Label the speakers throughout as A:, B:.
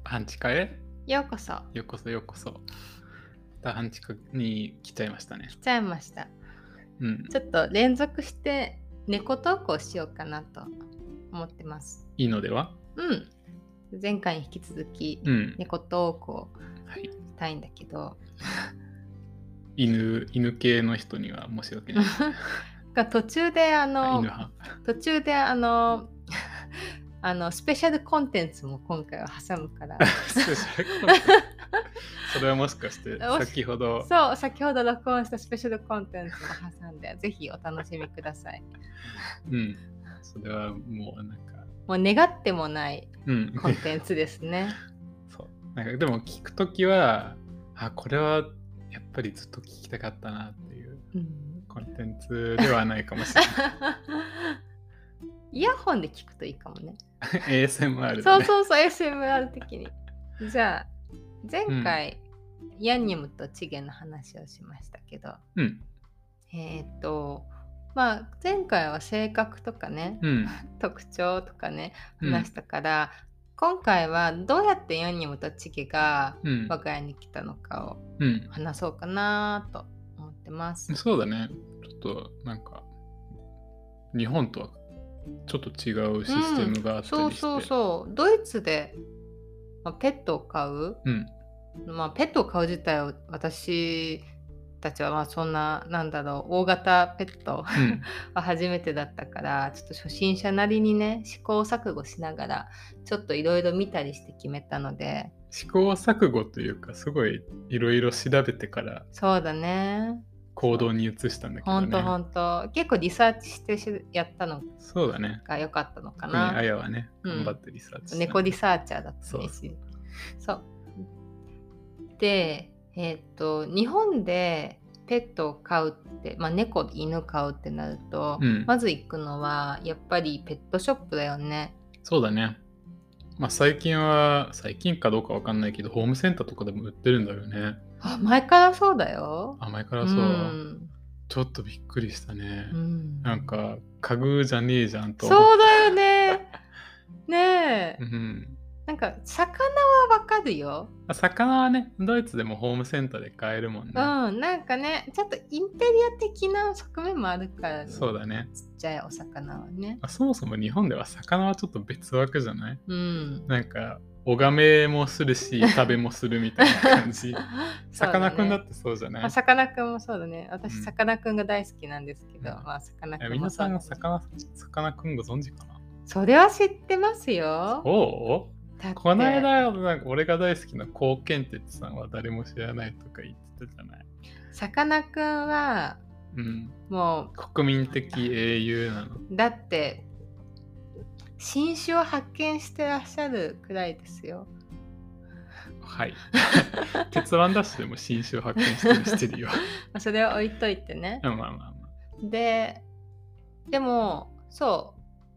A: 半地下へ
B: ようこそ。
A: ようこそようこそ。半地下に来ちゃいましたね。
B: 来ちゃいました。
A: うん。
B: ちょっと連続して猫投稿しようかなと思ってます。
A: いいのでは？
B: 前回に引き続き、猫投稿したいんだけど、
A: 犬系の人には申し訳ない。
B: 途中で
A: 犬派。
B: スペシャルコンテンツも今回は挟むから
A: スペシャルコンテンツそれはもしかして先ほど
B: 録音したスペシャルコンテンツも挟んでぜひお楽しみください。
A: それはもう
B: もう願ってもないコンテンツですね。
A: そうでも聞くときはこれはやっぱりずっと聞きたかったなっていうコンテンツではないかもしれない。
B: イヤホンで聞くといいかもね。
A: ASMR だね。
B: そう ASMR 的に。じゃあ前回、ヤンニョムとチゲの話をしましたけど、前回は性格とかね、特徴とかね話したから、今回はどうやってヤンニョムとチゲが我が家に来たのかを話そうかなと思ってます。
A: そうだね。ちょっと日本とはちょっと違うシステムがあったりして、
B: ドイツで、ペットを飼う、ペットを飼う自体を私たちはそんな大型ペットは初めてだったから、ちょっと初心者なりにね試行錯誤しながらちょっといろいろ見たりして決めたので、
A: 試行錯誤というかすごいいろいろ調べてから
B: そうだね
A: 行動に移したんだけどね。
B: ほんと結構リサーチしてやったのが良かったのかな。
A: あやはね頑張ってリサーチした、
B: 猫リサーチャーだったね。そうで日本でペットを飼うって、猫犬飼うってなると、まず行くのはやっぱりペットショップだよね。
A: そうだね。最近かどうかわかんないけどホームセンターとかでも売ってるんだよね。
B: 前からそうだよ。
A: 前からそう、ちょっとびっくりしたね。家具じゃねえじゃんと。
B: そうだよね。ねえ。魚はわかるよ。
A: 魚はねドイツでもホームセンターで買えるもんね。
B: ちょっとインテリア的な側面もあるからね。
A: そうだね。
B: ちっちゃいお魚はね。
A: そもそも日本では魚はちょっと別枠じゃない？拝めもするし食べもするみたいな感じ。さかなクンだってそうじゃない？
B: さかなクンもそうだね。私さかなクンが大好きなんですけど、さかなクンも
A: 皆さんがさかなクンご存知かな？
B: それは知ってますよ。
A: この間俺が大好きなコウケンテツさんは誰も知らないとか言ってたじゃない？
B: さかなクンは、も
A: う国民的英雄なの。
B: だって新種を発見してらっしゃるくらいですよ。
A: はい鉄腕ダッシュでも新種を発見してるよ。
B: それは置いといてね。でもそう、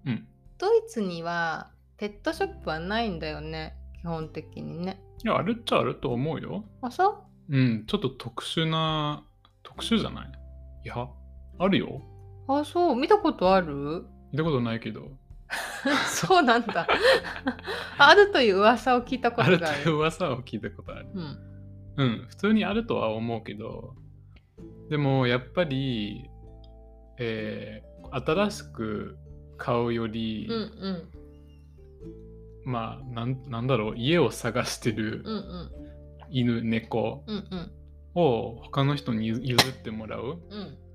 B: ドイツにはペットショップはないんだよね、基本的にね。
A: いや、あるっちゃあると思うよ。
B: そう？
A: ちょっと特殊じゃない？いや、あるよ。
B: そう、見たことある？
A: 見たことないけど。
B: そうなんだ。あるという噂を聞いたことがある。
A: あるという噂を聞いたことある。普通にあるとは思うけど、でもやっぱり、新しく買うより、なんだろう、家を探してる犬、猫を他の人に譲ってもらう、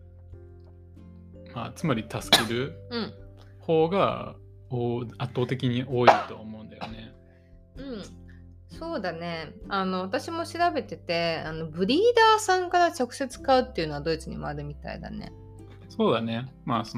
A: つまり助ける方が圧倒的に多いと思うんだよね。
B: そうだね。私も調べてて、ブリーダーさんから直接買うっていうのはドイツにもあるみたいだね。
A: そうだね。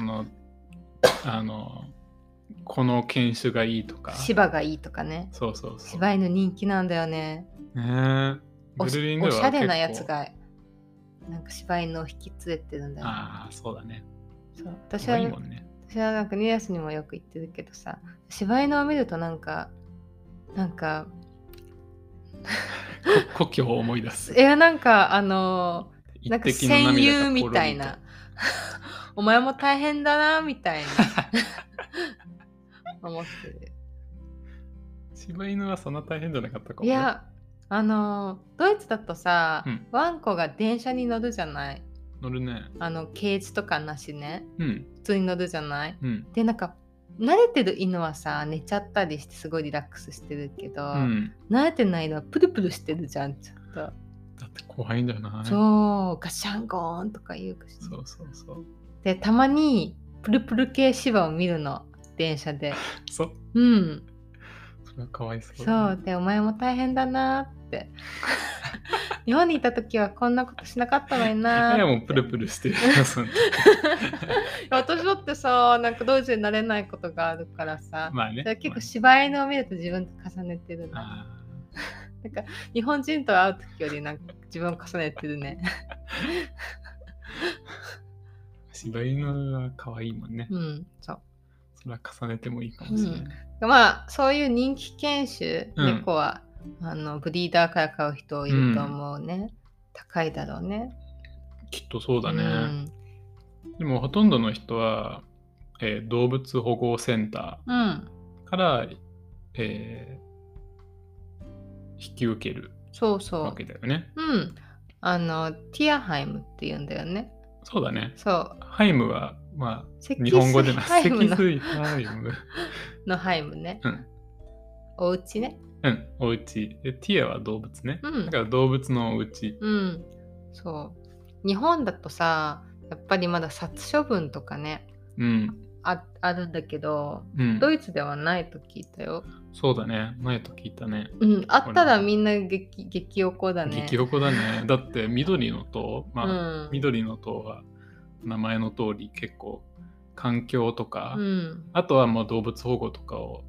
A: この犬種がいいとか、
B: 芝がいいとかね。
A: そう
B: 柴犬人気なんだよね。
A: ベルリンでは
B: おしゃれなやつが柴犬を引き連れてるんだよね。
A: そうだね。
B: 私はニュアスにもよく言ってるけどさ、柴犬を見ると
A: 故郷を思い出す。
B: 戦友みたいなお前も大変だなみたいな思ってる。
A: 柴犬はそんな大変じゃなかったかも、
B: いや、ドイツだとさ、
A: うん、
B: ワンコが電車に乗るじゃない。
A: 乗るね。
B: ケージとかなしね。
A: うん。
B: 普通に乗るじゃない。
A: うん。
B: で、なんか、慣れてる犬はさ、寝ちゃったりしてすごいリラックスしてるけど、
A: うん、
B: 慣れてないのはプルプルしてるじゃん、ちょっと。
A: だって怖いんだよな。
B: そう、ガシャンゴーンとか言うかし、ね。
A: そうそうそう。
B: で、たまにプルプル系芝を見るの、電車で。
A: そう。
B: うん。
A: それはかわいそう、ね。
B: そうで、お前も大変だなって日本にいた時はこんなことしなかったのになーって。
A: いやもうプルプルしてる
B: 私だってさ、なんかドイツになれないことがあるからさ、
A: まあね、
B: 結構柴犬を見ると自分と重ねてるな。なんか日本人と会う時よりなんか自分を重ねてるね。
A: 柴犬は可愛いもんね。
B: うん、そう。
A: それは重ねてもいいかもしれない。
B: まあそういう人気犬種、猫はブリーダーから飼う人いると思うね。高いだろうね。
A: きっとそうだね。でもほとんどの人は、動物保護センターから、引き受けるわけだよね。
B: うん。ティアハイムって言うんだよね。
A: そうだね。
B: そう。
A: ハイムは、まあ、日本語でな
B: 積
A: 水ハイム
B: のハイムね。
A: うん。
B: お家ね。
A: うん、お家。で、ティアは動物ね。
B: うん。
A: だから動物のお家。
B: うん。そう。日本だとさ、やっぱりまだ殺処分とかね。
A: うん。
B: あるんだけど、
A: うん、
B: ドイツではないと聞いたよ。
A: そうだね。ないと聞いたね。
B: うん。あったらみんな激おこだね。
A: 激おこだね。だって緑の塔、まあ、緑の塔は名前の通り結構環境とか、あとはもう動物保護とかを、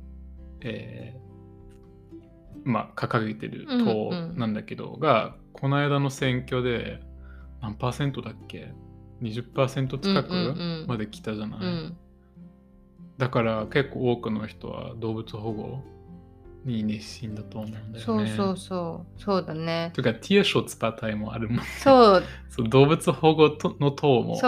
A: まあ、掲げてる党なんだけど、がこの間の選挙で何パーセントだっけ 20% 近くまで来たじゃない、だから結構多くの人は動物保護に熱心だと思うんだよね。
B: そうだね。
A: というかティアショツパタイもあるもんね。
B: そう
A: 動物保護の党も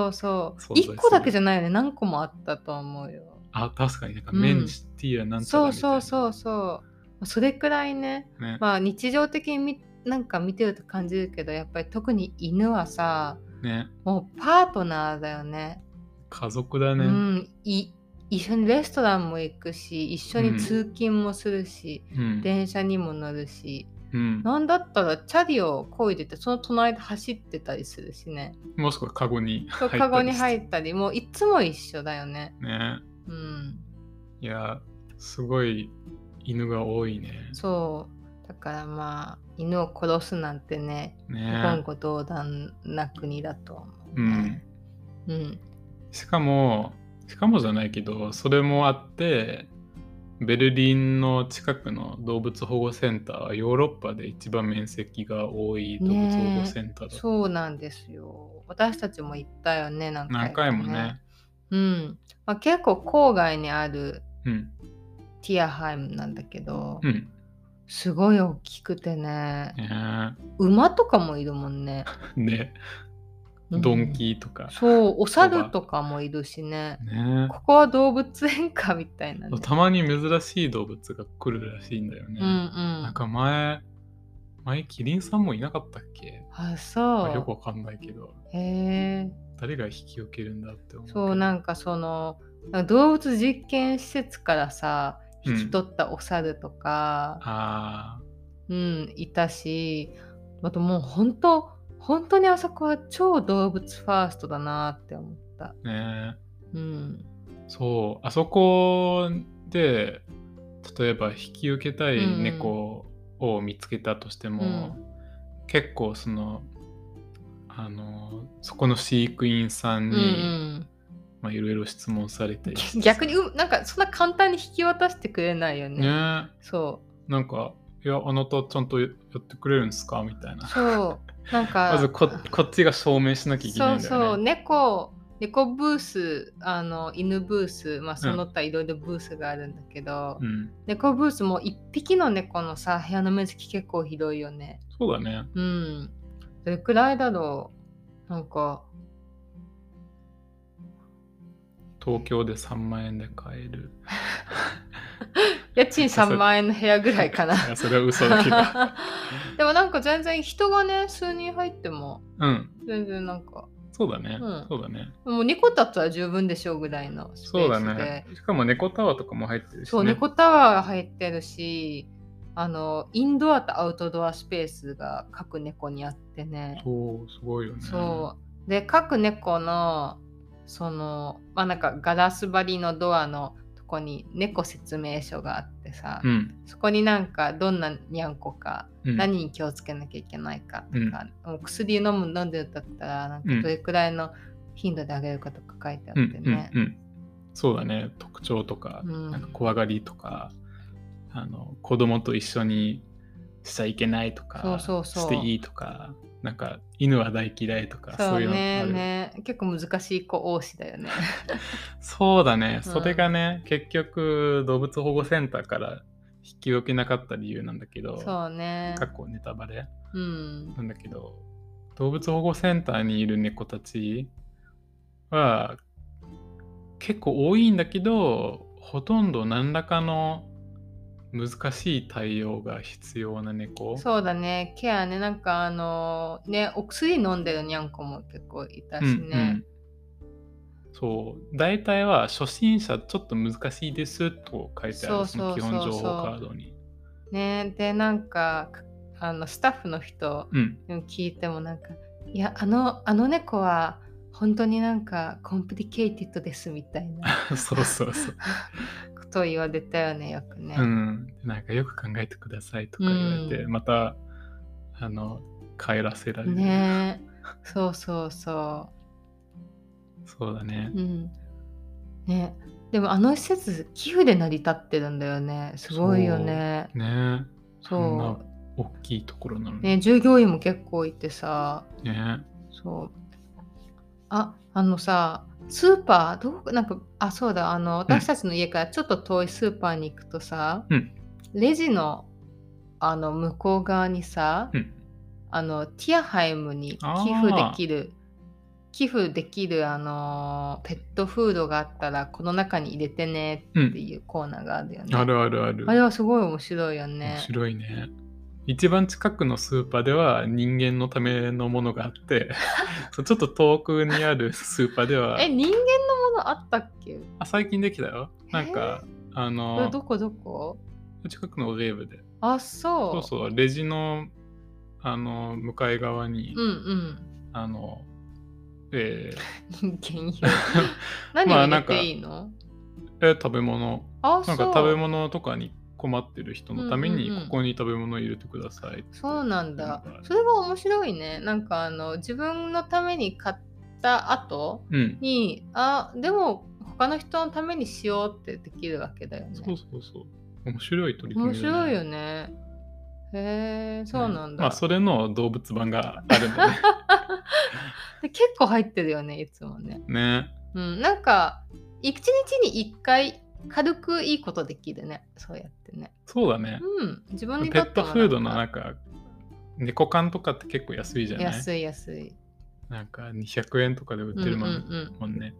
B: 1個だけじゃないよね。何個もあったと思うよ。
A: あ、確かになんかメンチティアなんちゃらみたいな。
B: そうそれくらいね。まあ日常的になんか見てると感じるけど、やっぱり特に犬はさ、もうパートナーだよね。
A: 家族だね。
B: 一緒にレストランも行くし、一緒に通勤もするし、電車にも乗るし、なんだったらチャリを漕いでてその隣で走ってたりするしね。
A: もしくはカゴに
B: 入ったり、もういつも一緒だよね。
A: いや、すごい犬が多いね。
B: そうだからまあ犬を殺すなんてね、言語道断な国だと思うね。
A: しかもじゃないけど、それもあってベルリンの近くの動物保護センターはヨーロッパで一番面積が多い動物保護センターだ。
B: そうなんですよ。私たちも行ったよね、何回もね。まあ、結構郊外にあるティアハイムなんだけど、すごい大きくてね、馬とかもいるもんね。ド
A: ンキーとか、
B: お猿とかもいるしね。ここは動物園かみたいな、ね。
A: たまに珍しい動物が来るらしいんだよね。なんか前キリンさんもいなかったっけ？
B: そう。
A: よくわかんないけど。誰が引き受けるんだって思う。
B: そう、なんかその動物実験施設からさ、引き取ったお猿とか、いたし、あともう本当にあそこは超動物ファーストだなって思った。
A: そう、あそこで例えば引き受けたい猫を見つけたとしても、結構そこの飼育員さんにいろいろ質問されて、
B: 逆になんかそんな簡単に引き渡してくれないよね。
A: そうなんか、いや、あなたちゃんとやってくれるんですかみたいな。
B: なんか
A: まずこっちが証明しなきゃいけないんだよね。
B: 猫ブース、犬ブース、まあその他いろいろブースがあるんだけど、猫ブースも1匹の猫のさ、部屋の面積結構広いよね。
A: そうだね。
B: どれくらいだろう。なんか
A: 東京で3万円で買える
B: 家賃3万円の部屋ぐらいかな。
A: いやそれは嘘だけど。
B: でもなんか全然人がね、数人入っても、全然なんか。
A: そうだね。そうだね。
B: もう猫たちは十分でしょうぐらいのスペースで。
A: そうだね。しかも猫タワーとかも入ってるし、ね。
B: そう、猫タワー入ってるし、インドアとアウトドアスペースが各猫にあってね。
A: そう、すごいよね。
B: そう。で、各猫の、なんかガラス張りのドアのとこに猫説明書があってさ、そこになんかどんなにゃんこか、何に気をつけなきゃいけないかとか、もう薬飲んでるんだったらなんかどれくらいの頻度であげるかとか書いてあってね。
A: そうだね。特徴とか、なんか怖がりとか、子供と一緒にしちゃいけないとか、していいとか、なんか犬は大嫌いとか、そういうのある。
B: ね、結構難しい子多しだよね。
A: そうだね。それがね、結局動物保護センターから引き受けなかった理由なんだけど、
B: そうね。
A: 過去ネタバレ、なんだけど、動物保護センターにいる猫たちは結構多いんだけど、ほとんど何らかの難しい対応が必要な猫。
B: そうだね。ケアね。なんかお薬飲んでるにゃんこも結構いたしね。
A: そう。大体は初心者ちょっと難しいですと書いてある、その基本情報カードに。
B: ね、で、なんかスタッフの人に聞いてもなんか、いや、あの猫は本当になんかコンプリケイティッドですみたいな。
A: そう。
B: ことを言われたよね、よくね。
A: なんかよく考えてくださいとか言われて、また帰らせられる。
B: ね、そう。
A: そうだね。
B: ね、でも施設寄付で成り立ってるんだよね。すごいよね。
A: ね、そんな大きいところなのに。
B: ね、従業員も結構いてさ。
A: ね。
B: そう。さ、スーパーなんかそうだ、私たちの家からちょっと遠いスーパーに行くとさ、レジの向こう側にさ、ティアハイムに寄付できるペットフードがあったらこの中に入れてねっていうコーナーがあるよね。
A: ある。
B: あれはすごい面白いよね。
A: 面白いね。一番近くのスーパーでは人間のためのものがあってちょっと遠くにあるスーパーでは
B: 人間のものあったっけ？
A: 最近できたよ。なんか
B: どこ？
A: 近くのウェーブで。
B: そう
A: レジの向かい側に
B: 人間用何を入れていいの？
A: 食べ物。なんか食べ物とかに困ってる人のためにここに食べ物入れてください。
B: そうなんだ。それが面白いね。なんか自分のために買った後に、でも他の人のためにしようってできるわけだよね。
A: そう。面白い取り組みだね。
B: 面白いよね。へえ、そうなんだ。
A: それの動物版があるんだね。
B: で結構入ってるよね、いつもね。なんか1日に1回軽くいいことできるね、そうやってね。
A: そうだね。
B: 自分にとっても
A: ペットフードのなんか猫缶とかって結構安いじゃない？
B: 安い。
A: なんか200円とかで売ってるもんね。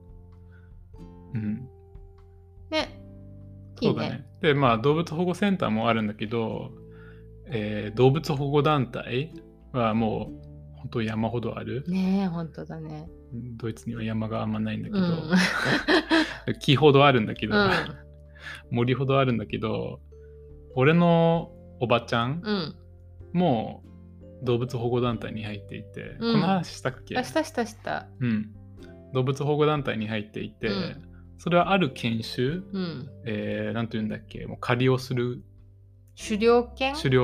B: ね。
A: そうだね。で、動物保護センターもあるんだけど、動物保護団体はもう本当山ほどある。
B: ねえ、本当だね。
A: ドイツには山があんまないんだけど、木ほどあるんだけど、森ほどあるんだけど、俺のおばちゃんも動物保護団体に入っていて、この話したっけ？
B: した。
A: 動物保護団体に入っていて、それはある研修、なんていうんだっけ、もう狩りをする
B: 狩猟犬、
A: そう、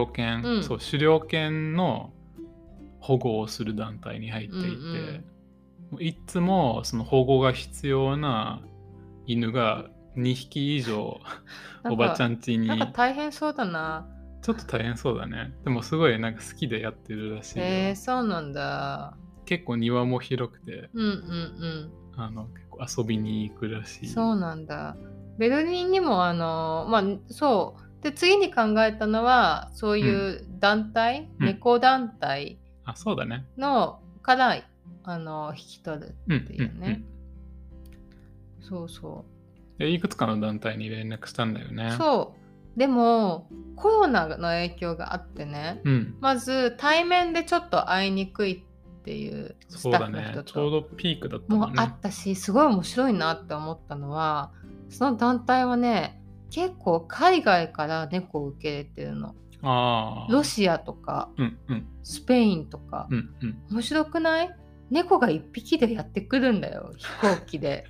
A: 狩猟犬の保護をする団体に入っていて、いつもその保護が必要な犬が2匹以上おばちゃん家に。
B: なんか大変そうだな。
A: ちょっと大変そうだね。でもすごいなんか好きでやってるらしいよ。
B: そうなんだ。
A: 結構庭も広くて、
B: 結
A: 構遊びに行くらしい。
B: そうなんだ。ベルリンにもそうで次に考えたのはそういう団体、猫団体
A: そうだね。
B: のから引き取るっていうね。そう。
A: いくつかの団体に連絡したんだよね。
B: そう。 でもコロナの影響があってね、まず対面でちょっと会いにくいっていうスタッフの人と、
A: ちょうどピークだったもんね。
B: もあったし、すごい面白いなって思ったのは、その団体はね、結構海外から猫を受け入れてるの。ロシアとか、スペインとか、面白くない？猫が一匹でやってくるんだよ、飛行機で。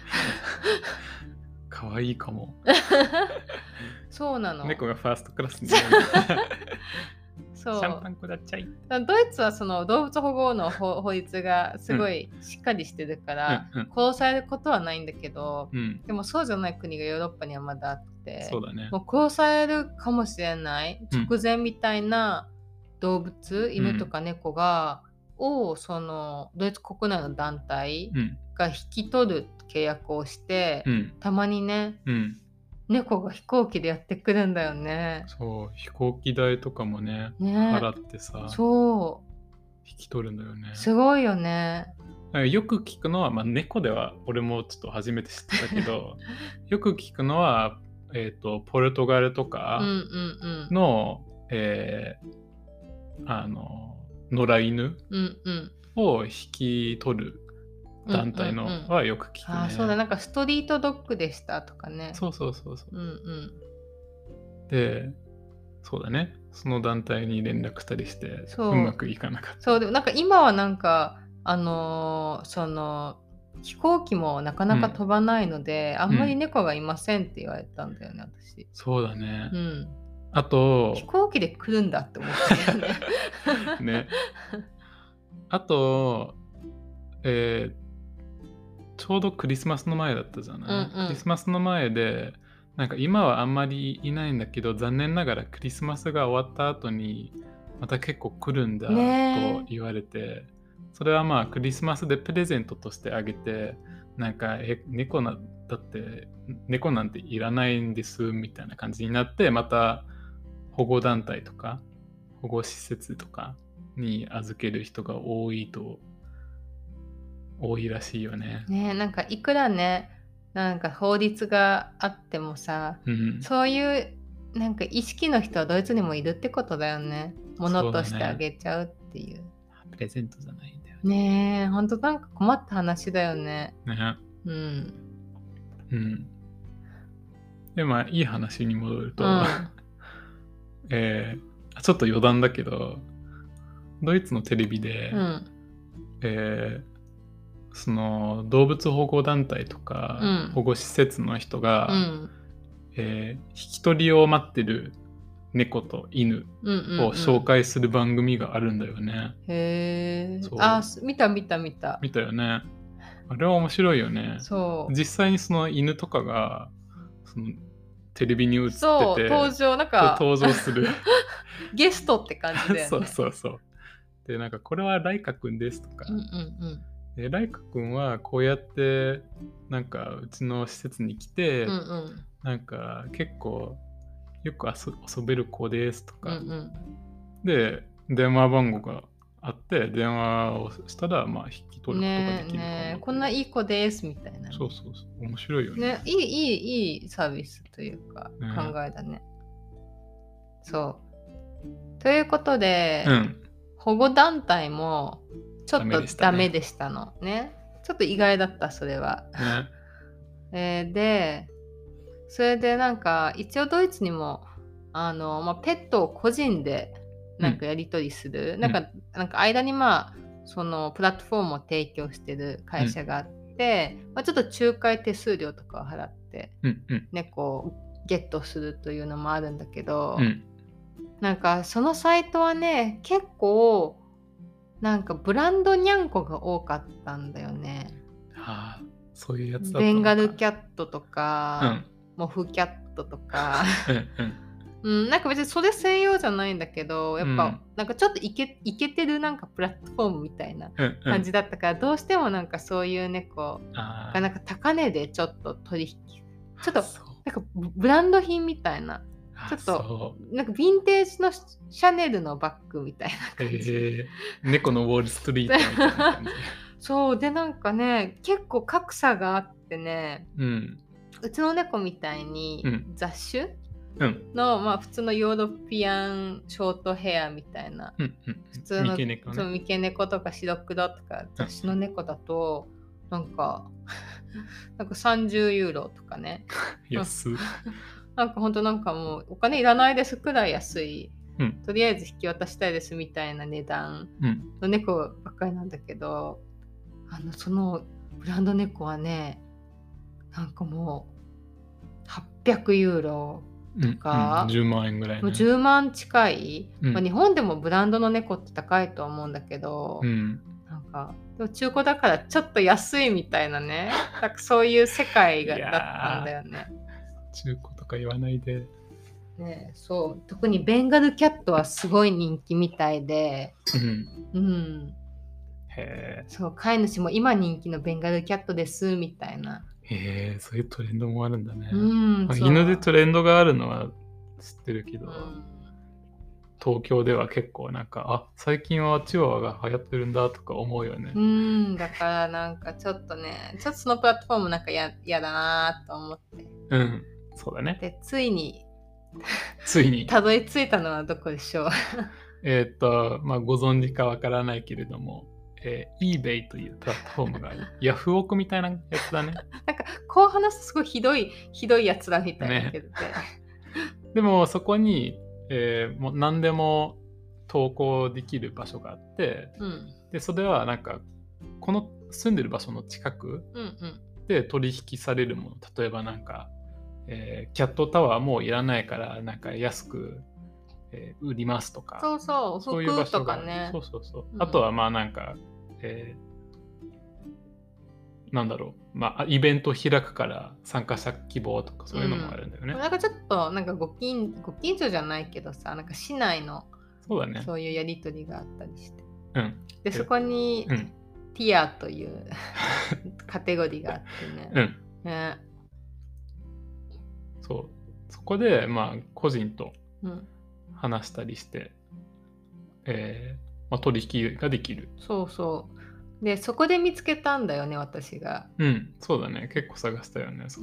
A: かわいいかも。
B: そうなの。
A: 猫がファーストクラスに
B: そう。
A: シャンパンくだっちゃい。
B: ドイツはその動物保護の法律がすごいしっかりしてるから、殺されることはないんだけど、でもそうじゃない国がヨーロッパにはまだあって、
A: そうだね、
B: もう殺されるかもしれない直前みたいな動物、犬とか猫が、そのドイツ国内の団体が引き取る契約をして、たまにね、猫が飛行機でやってくるんだよね。
A: そう、飛行機代とかもね払ってさ、
B: そう
A: 引き取るんだよね。
B: すごいよね。
A: よく聞くのは、猫では俺もちょっと初めて知ってたけどよく聞くのは、ポルトガルとかの、野良犬を引き取る団体のはよく聞くね。
B: そうだ、なんかストリートドッグでしたとかね。
A: そう。で、そうだね。その団体に連絡したりしてうまくいかなかった。
B: そう、でもなんか今はなんかその飛行機もなかなか飛ばないので、あんまり猫がいませんって言われたんだよね、私。
A: そうだね。あと
B: 飛行機で来るんだって思ったよね。
A: ね。あと、ちょうどクリスマスの前だったじゃない、クリスマスの前で、なんか今はあんまりいないんだけど、残念ながらクリスマスが終わった後にまた結構来るんだと言われて、それはまあクリスマスでプレゼントとしてあげて、なんか猫だって猫なんていらないんですみたいな感じになって、また保護団体とか保護施設とかに預ける人が多いらしいよね。
B: なんかいくらね、なんか法律があってもさ、そういうなんか意識の人はドイツにもいるってことだよね。ものとしてあげちゃうっていう。
A: プレゼントじゃないんだよ
B: ね。ほんとなんか困った話だよね。
A: でもいい話に戻ると、ちょっと余談だけど、ドイツのテレビで、その動物保護団体とか、保護施設の人が、引き取りを待ってる猫と犬を紹介する番組があるんだよね。
B: へー。見た。
A: 見たよね。あれは面白いよね。実際にその犬とかがそのテレビに映ってて、
B: 登
A: 場する
B: ゲストって感じだよね。
A: そう。で、なんかこれはライカくんですとか、でライカくんはこうやってなんかうちの施設に来て、なんか結構よく遊べる子ですとか、で電話番号があって電話をしたらまあ引き取ることができるかな、
B: こんないい子ですみたいな。
A: そう面白いよね。
B: いいサービスというか、考えだね。そうということで、保護団体もちょっとダメでしたのね。ちょっと意外だったそれは。でそれでなんか一応ドイツにもペットを個人でなんかやり取りする、なんか間にそのプラットフォームを提供してる会社があって、ちょっと仲介手数料とかを払って、猫をゲットするというのもあるんだけど、なんかそのサイトはね、結構なんかブランドニャンコが多かったんだよね。
A: そういうやつだったのか。
B: ベンガルキャットとか、モフキャットとかなんか別にそれ専用じゃないんだけど、やっぱなんかちょっとイケてるなんかプラットフォームみたいな感じだったから、どうしてもなんかそういう猫がなんか高値でちょっと取引、ちょっとなんかブランド品みたいな、ちょっとなんかヴィンテージのシャネルのバッグみたいな感じ、
A: 猫のウォールストリートみたいな感じ
B: そうで、なんかね結構格差があってね、うちの猫みたいに雑種の、まあ、普通のヨーロピアンショートヘアみたいな、普通の三毛猫とか白黒とか雑種の猫だと、なんか30ユーロとかね。
A: 安い。
B: なんかほんとなんかもうお金いらないですくらい安い、とりあえず引き渡したいですみたいな値段の猫ばっかりなんだけど、そのブランド猫はね、なんかもう800ユーロとか、
A: 10万円ぐらい、ね、
B: もう10万近い、まあ、日本でもブランドの猫って高いと思うんだけど、なんかでも中古だからちょっと安いみたいなね、なんかそういう世界だったんだよね。
A: 中古とか言わないで。
B: ね、そう特にベンガルキャットはすごい人気みたいで、へえ。そう飼い主も今人気のベンガルキャットですみたいな。
A: へえ、そういうトレンドもあるんだね。犬でトレンドがあるのは知ってるけど、東京では結構なんか最近はチワワが流行ってるんだとか思うよね。
B: だからなんかちょっとそのプラットフォームなんか嫌だなと思って。
A: そうだね。
B: でついにたどり着いたのはどこでしょう。
A: まあご存知かわからないけれども、eBay というプラットフォームがある。ヤフオクみたいなやつだね。
B: なんかこう話すとすごいひどいやつだみたいなけどね。
A: でもそこに、もう何でも投稿できる場所があって、でそれはなんかこの住んでる場所の近くで取引されるもの、例えばなんか、キャットタワーもういらないからなんか安く売りますとか、
B: そういう場所がね。
A: あとはまあなんか、なんだろう、まあイベント開くから参加者希望とかそういうのもあるんだよね。
B: なんかちょっとなんかご近所じゃないけどさ、なんか市内のそういうやり取りがあったりして、でそこにティアというカテゴリーがあってね。
A: そこでまあ個人と話したりして、まあ、取引ができる。
B: でそこで見つけたんだよね、私が。
A: そうだね、結構探したよねそこ。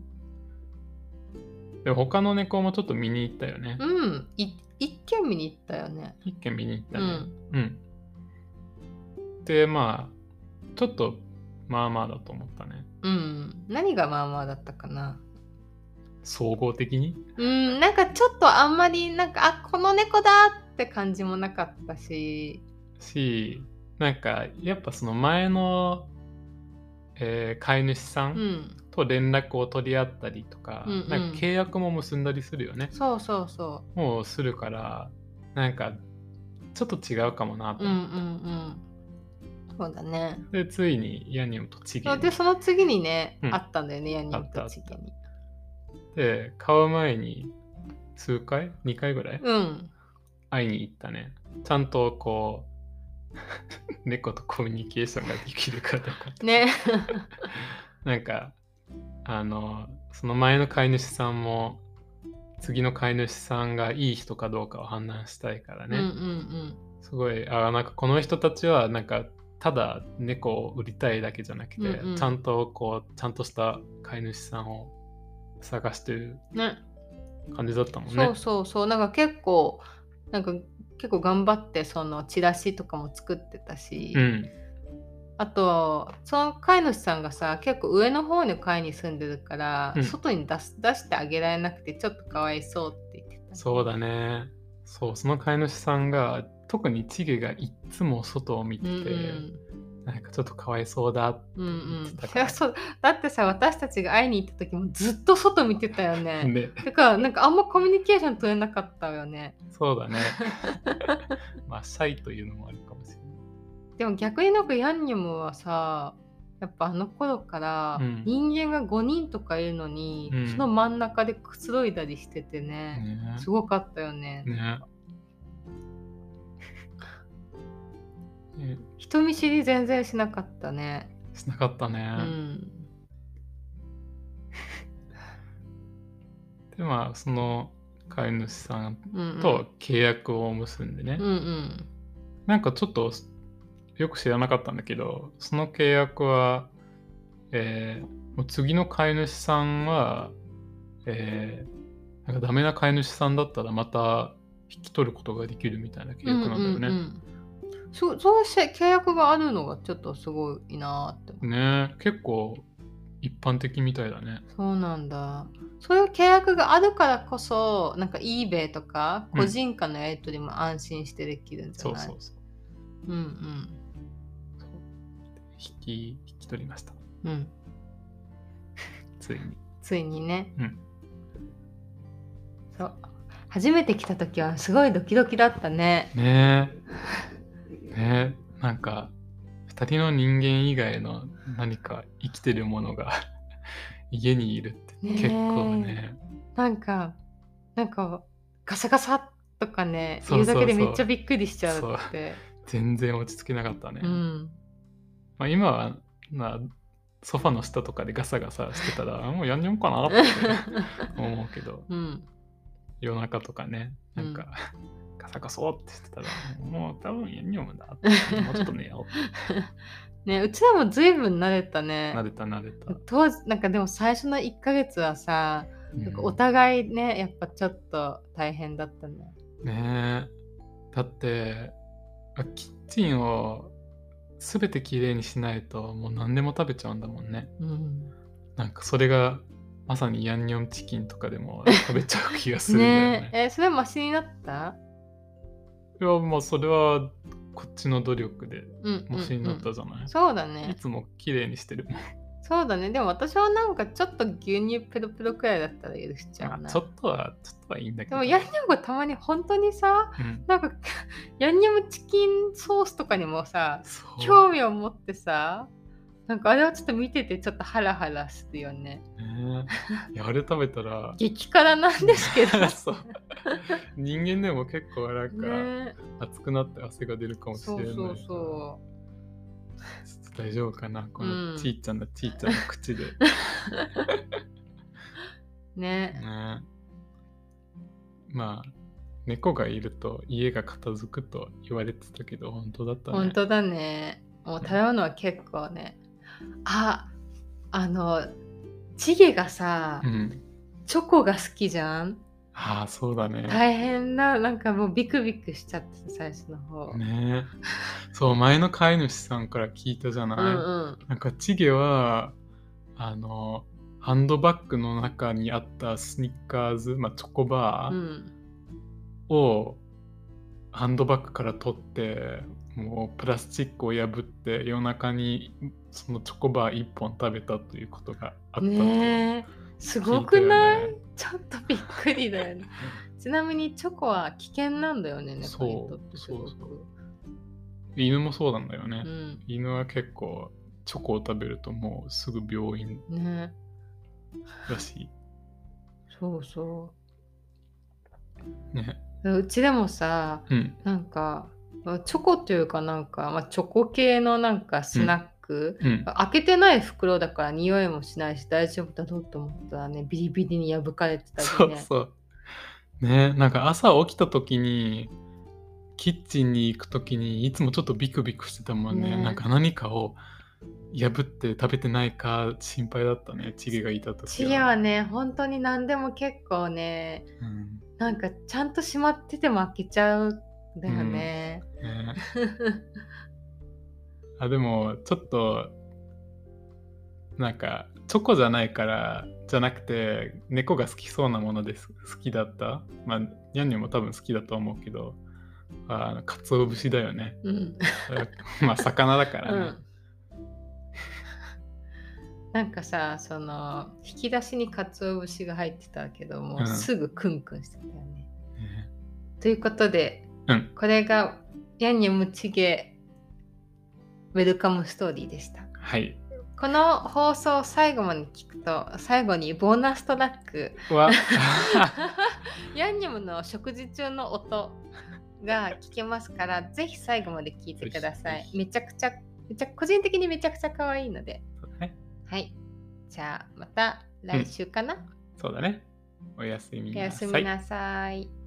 A: で他の猫もちょっと見に行ったよね。
B: 一軒見に行ったよね。
A: 一軒見に行ったね。でまあちょっとまあまあだと思ったね。
B: 何がまあまあだったかな。
A: 総合的に
B: なんかちょっとあんまりなんかこの猫だって感じもなかったし、
A: なんかやっぱその前の、飼い主さんと連絡を取り合ったりとか、なんか契約も結んだりするよね。もうするからなんかちょっと違うかもなと思った。
B: そうだね。
A: でついにヤニムとチゲ
B: でその次にね、あったんだよね、ヤニムとチゲに。
A: で買う前に数回2回ぐらい、会いに行ったね。ちゃんとこう猫とコミュニケーションができるかどうかね。なんかその前の飼い主さんも次の飼い主さんがいい人かどうかを判断したいからね。すごいなんかこの人たちはなんかただ猫を売りたいだけじゃなくて、ちゃんとした飼い主さんを探してる感じだったもんね。
B: なんか結構頑張ってそのチラシとかも作ってたし、あとその飼い主さんがさ、結構上の方の階に住んでるから、外に出してあげられなくてちょっとかわいそうって言ってた、
A: そうだね。その飼い主さんが特にチゲがいつも外を見てて、なんかちょっとかわいそうだって言ってたから。
B: だってさ、私たちが会いに行った時もずっと外見てたよね。だからなんかあんまコミュニケーション取れなかったよね。
A: そうだね。まあシャイというのもあるかもしれない。
B: でも逆になんかヤンニョムはさ、やっぱあの頃から人間が5人とかいるのに、その真ん中でくつろいだりしててね、すごかったよね。人見知り全然しなかったね。
A: しなかったね。でまあその飼い主さんと契約を結んでね、なんかちょっとよく知らなかったんだけど、その契約は、もう次の飼い主さんは、 なんかダメな飼い主さんだったらまた引き取ることができるみたいな契約なんだよね。
B: そうして契約があるのがちょっとすごいなって思う。
A: ね、結構一般的みたいだね。
B: そうなんだ。そういう契約があるからこそ、なんか eBay とか個人間のやり取りも安心してできるんじゃない？
A: そう。
B: うんうん。
A: 引き取りました。
B: うん。ついにね。
A: うん。
B: そう。初めて来た時はすごいドキドキだったね。
A: ねなんか2人の人間以外の何か生きてるものが家にいるって結構ね。
B: なんかガサガサとかね、言うだけでめっちゃびっくりしちゃうって。
A: 全然落ち着けなかったね。
B: ま
A: あ、今はソファの下とかでガサガサしてたらもうやんにょんかなって思うけど、夜中とかね、なんか、ガサガソってしてたらもう多分やんにょんだってもうちょっと寝よ
B: うね、うちらもずいぶん慣れたね。
A: 慣れた
B: 当時なんかでも最初の1ヶ月はさ、なんかお互いねやっぱちょっと大変だったね。
A: ねえ、だってキッチンを全てきれいにしないともう何でも食べちゃうんだもんね。なんかそれがまさにヤンニョムチキンとかでも食べちゃう気がするんだよね。
B: それはマシになった？
A: いや、まあそれはこっちの努力でマシになったじゃない？
B: そうだね。
A: いつもきれいにしてるもん。
B: そうだね。でも私はなんかちょっと牛乳ペロペロくらいだったら許しちゃうな。
A: ちょっとはいいんだけど。
B: でもヤンニョムがたまに本当にさ、なんかヤンニョムチキンソースとかにもさ、興味を持ってさ、なんかあれはちょっと見ててちょっとハラハラするよね。
A: いや、あれ食べたら
B: 激辛なんですけど
A: そう人間でも結構なんか、熱くなって汗が出るかもしれない。
B: そう
A: 大丈夫かな、このちいちゃんの口で
B: ね。
A: まあ猫がいると家が片付くと言われてたけど本当だったね。
B: 本当だね。もう食べ物は結構ね。チゲがさ、チョコが好きじゃん。
A: そうだね。
B: 大変な、なんかもうビクビクしちゃって最初の方。
A: ね。そう、前の飼い主さんから聞いたじゃない。なんかチゲはハンドバッグの中にあったスニッカーズ、チョコバーをハンドバッグから取ってもうプラスチックを破って夜中にそのチョコバー1本食べたということがあったと
B: ね。すごくない？ちょっとびっくりだよね。ちなみにチョコは危険なんだよね、猫にとってすごく。
A: 犬もそうなんだよね。犬は結構チョコを食べるともうすぐ病院らしい。そうね。
B: うちでもさ、なんかチョコっていうかなんか、チョコ系のなんかスナック、開けてない袋だから匂いもしないし大丈夫だろうと思ったらね、ビリビリに破かれてたりね。
A: そうね。なんか朝起きた時にキッチンに行く時にいつもちょっとビクビクしてたもんね。なんか何かを破って食べてないか心配だったね。チゲがいた時は。
B: チゲはね本当に何でも結構ね、なんかちゃんと閉まってても開けちゃうんだよね。
A: でもちょっとなんかチョコじゃないからじゃなくて猫が好きそうなものです好きだった。ヤンニョも多分好きだと思うけど、鰹節だよね。魚だからね。なん
B: かさ、その引き出しに鰹節が入ってたけども、すぐクンクンしてたよね。ということで、これがヤンニョムチゲウェルカムストーリーでした。
A: はい。
B: この放送を最後まで聞くと最後にボーナストラックヤンニョムの食事中の音が聞けますからぜひ最後まで聞いてください。めちゃくちゃ個人的にめちゃくちゃ可愛いので。はい。じゃあまた来週かな。
A: そうだね。おやすみなさい。
B: おやすみなさい。